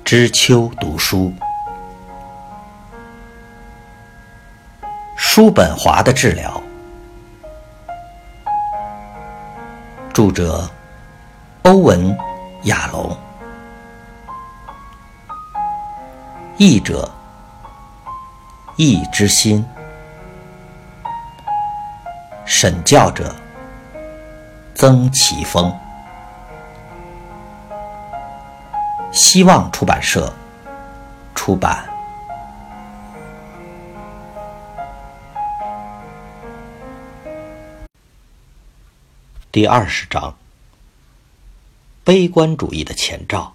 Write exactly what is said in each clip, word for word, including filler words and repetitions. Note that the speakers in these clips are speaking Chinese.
知秋读书。叔本华的治疗，著者欧文·亚龙，译者易之心，审校者曾奇峰，希望出版社出版。第二十章，悲观主义的前兆。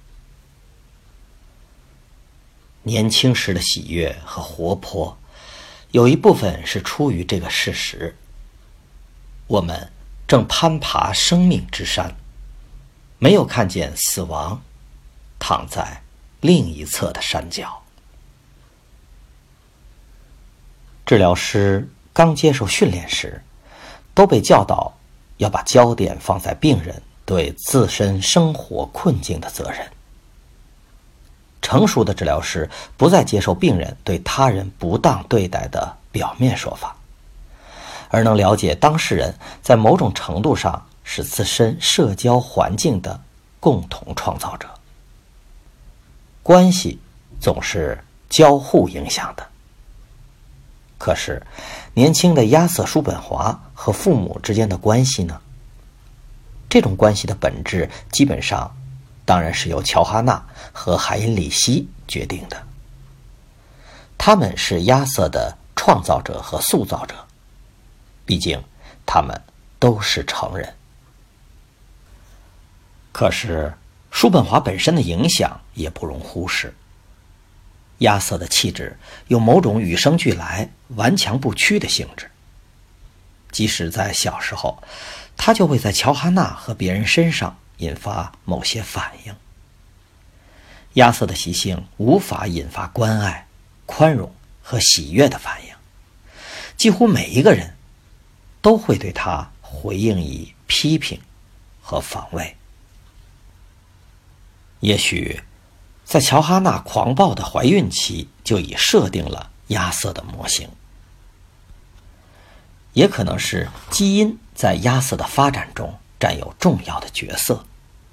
年轻时的喜悦和活泼，有一部分是出于这个事实：我们正攀爬生命之山，没有看见死亡躺在另一侧的山脚。治疗师刚接受训练时，都被教导要把焦点放在病人对自身生活困境的责任。成熟的治疗师不再接受病人对他人不当对待的表面说法，而能了解当事人在某种程度上是自身社交环境的共同创造者。关系总是交互影响的。可是，年轻的亚瑟·叔本华和父母之间的关系呢？这种关系的本质基本上当然是由乔哈纳和海因里希决定的。他们是亚瑟的创造者和塑造者，毕竟他们都是成人。可是叔本华本身的影响也不容忽视。亚瑟的气质有某种与生俱来、顽强不屈的性质，即使在小时候，他就会在乔哈纳和别人身上引发某些反应。亚瑟的习性无法引发关爱、宽容和喜悦的反应，几乎每一个人都会对他回应以批评和防卫。也许在乔哈纳狂暴的怀孕期就已设定了亚瑟的模型，也可能是基因在亚瑟的发展中占有重要的角色。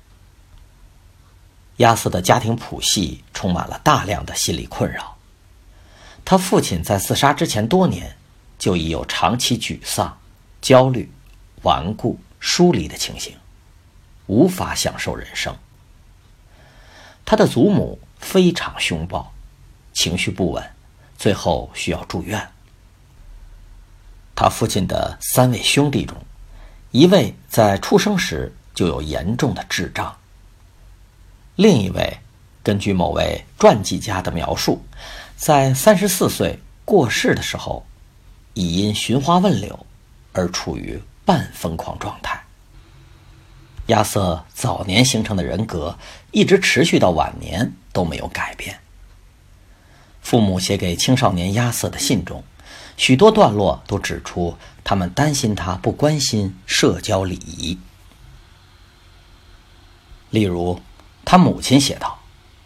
亚瑟的家庭谱系充满了大量的心理困扰，他父亲在自杀之前多年就已有长期沮丧、焦虑、顽固、疏离的情形，无法享受人生。他的祖母非常凶暴，情绪不稳，最后需要住院。他父亲的三位兄弟中，一位在出生时就有严重的智障，另一位根据某位传记家的描述，在三十四岁过世的时候，已因寻花问柳而处于半疯狂状态。亚瑟早年形成的人格一直持续到晚年都没有改变。父母写给青少年亚瑟的信中，许多段落都指出他们担心他不关心社交礼仪。例如，他母亲写道：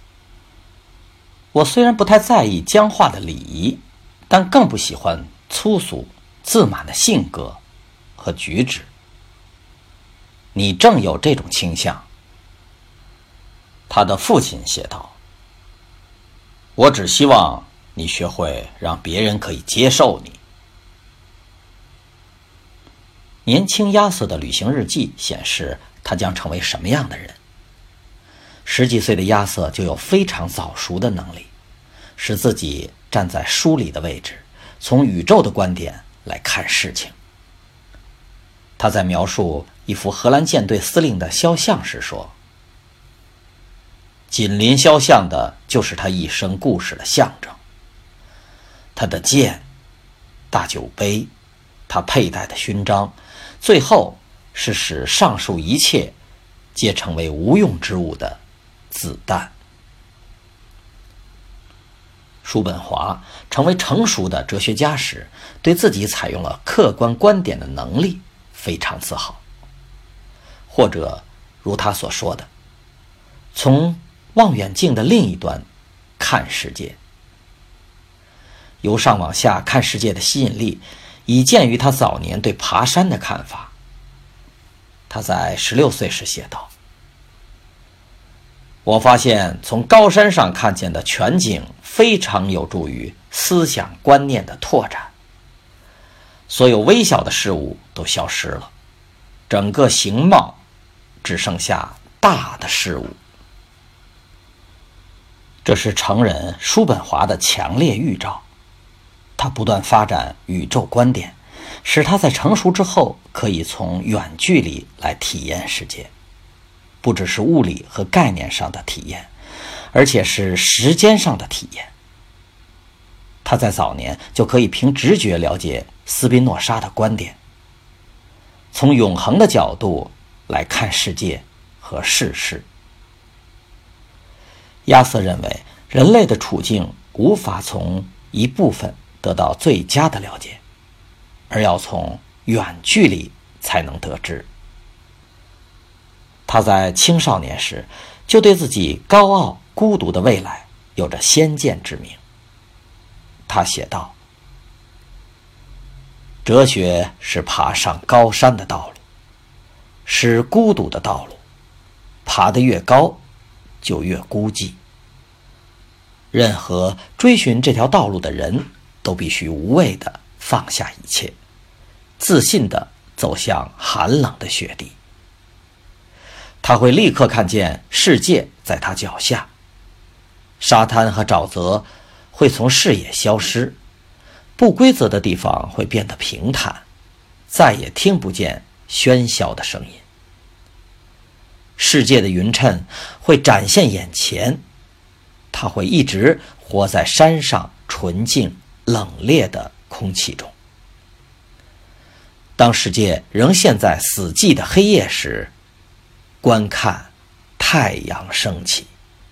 我虽然不太在意僵化的礼仪，但更不喜欢粗俗自满的性格和举止。你正有这种倾向。他的父亲写道：我只希望你学会让别人可以接受你。年轻亚瑟的旅行日记显示他将成为什么样的人。十几岁的亚瑟就有非常早熟的能力，使自己站在书里的位置，从宇宙的观点来看事情。他在描述一幅荷兰舰队司令的肖像时说：紧邻肖像的就是他一生故事的象征。他的剑、大酒杯、他佩戴的勋章，最后是使上述一切皆成为无用之物的子弹。叔本华成为成熟的哲学家时，对自己采用了客观观点的能力非常自豪。或者如他所说的，从望远镜的另一端看世界。由上往下看世界的吸引力已见于他早年对爬山的看法。他在十六岁时写道：我发现从高山上看见的全景非常有助于思想观念的拓展，所有微小的事物都消失了，整个形貌只剩下大的事物。这是成人叔本华的强烈预兆。他不断发展宇宙观点，使他在成熟之后可以从远距离来体验世界，不只是物理和概念上的体验，而且是时间上的体验。他在早年就可以凭直觉了解斯宾诺莎的观点，从永恒的角度来看世界和世事。亚瑟认为，人类的处境无法从一部分得到最佳的了解，而要从远距离才能得知。他在青少年时就对自己高傲孤独的未来有着先见之明。他写道：哲学是爬上高山的道路，是孤独的道路，爬得越高就越孤寂。任何追寻这条道路的人都必须无畏地放下一切，自信地走向寒冷的雪地。他会立刻看见世界在他脚下，沙滩和沼泽会从视野消失，不规则的地方会变得平坦，再也听不见喧嚣的声音。世界的匀称会展现眼前，他会一直活在山上纯净冷冽的空气中。当世界仍陷在死寂的黑夜时，观看太阳升起。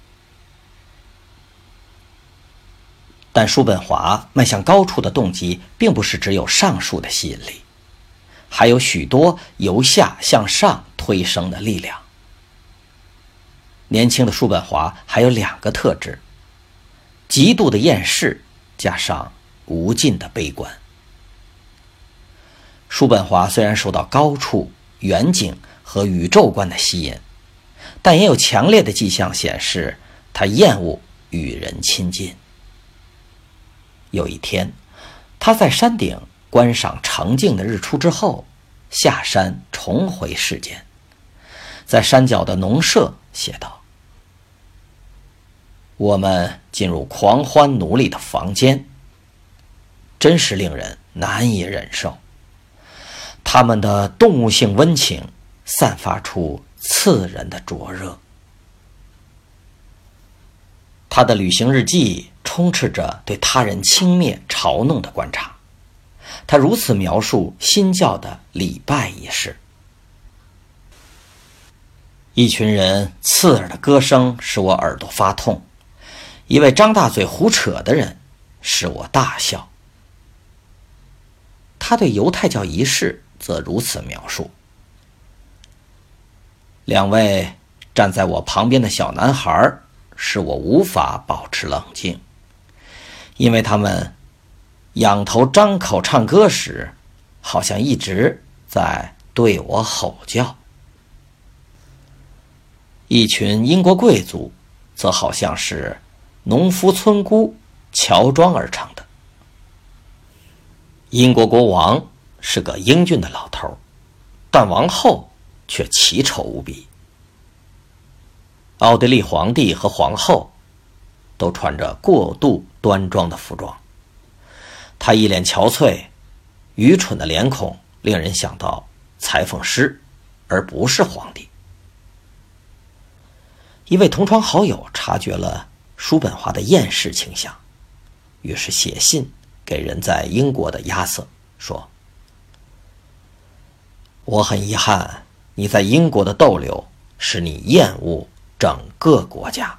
但叔本华迈向高处的动机并不是只有上述的吸引力，还有许多由下向上推升的力量。年轻的叔本华还有两个特质：极度的厌世加上无尽的悲观。叔本华虽然受到高处、远景和宇宙观的吸引，但也有强烈的迹象显示他厌恶与人亲近。有一天，他在山顶观赏澄净的日出之后，下山重回世间，在山脚的农舍写道：我们进入狂欢奴隶的房间，真是令人难以忍受。他们的动物性温情散发出刺人的灼热。他的旅行日记充斥着对他人轻蔑嘲弄的观察。他如此描述新教的礼拜仪式：一群人刺耳的歌声使我耳朵发痛，一位张大嘴胡扯的人使我大笑。他对犹太教仪式则如此描述：两位站在我旁边的小男孩使我无法保持冷静，因为他们仰头张口唱歌时，好像一直在对我吼叫。一群英国贵族则好像是农夫村姑乔装而成的。英国国王是个英俊的老头，但王后却奇丑无比。奥地利皇帝和皇后都穿着过度端庄的服装，他一脸憔悴，愚蠢的脸孔令人想到裁缝师，而不是皇帝。一位同窗好友察觉了叔本华的厌世倾向，于是写信给人在英国的亚瑟说：我很遗憾，你在英国的逗留使你厌恶整个国家。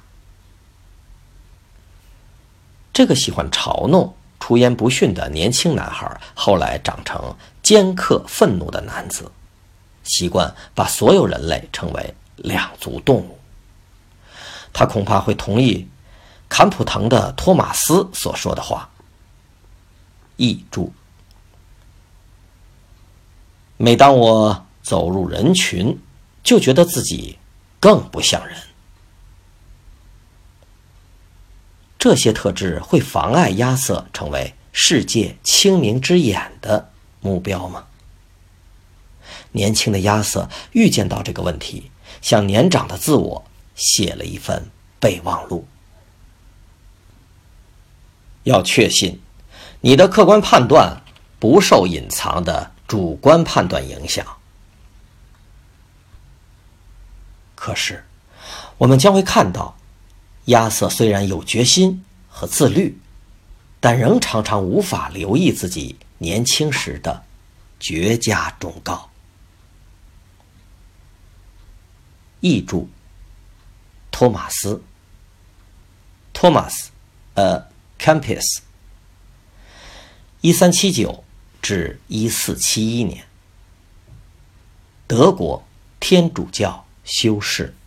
这个喜欢嘲弄、出言不逊的年轻男孩后来长成尖刻愤怒的男子，习惯把所有人类称为两足动物。 他恐怕会同意坎普滕的托马斯所说的话。译注：每当我走入人群，就觉得自己更不像人。这些特质会妨碍亚瑟成为世界清明之眼的目标吗？年轻的亚瑟预见到这个问题，向年长的自我写了一份备忘录。要确信你的客观判断不受隐藏的主观判断影响。可是我们将会看到，亚瑟虽然有决心和自律，但仍常常无法留意自己年轻时的绝佳忠告。译注：托马斯 Thomas 呃 Kempis 一三七九至一四七一年，德国天主教修士。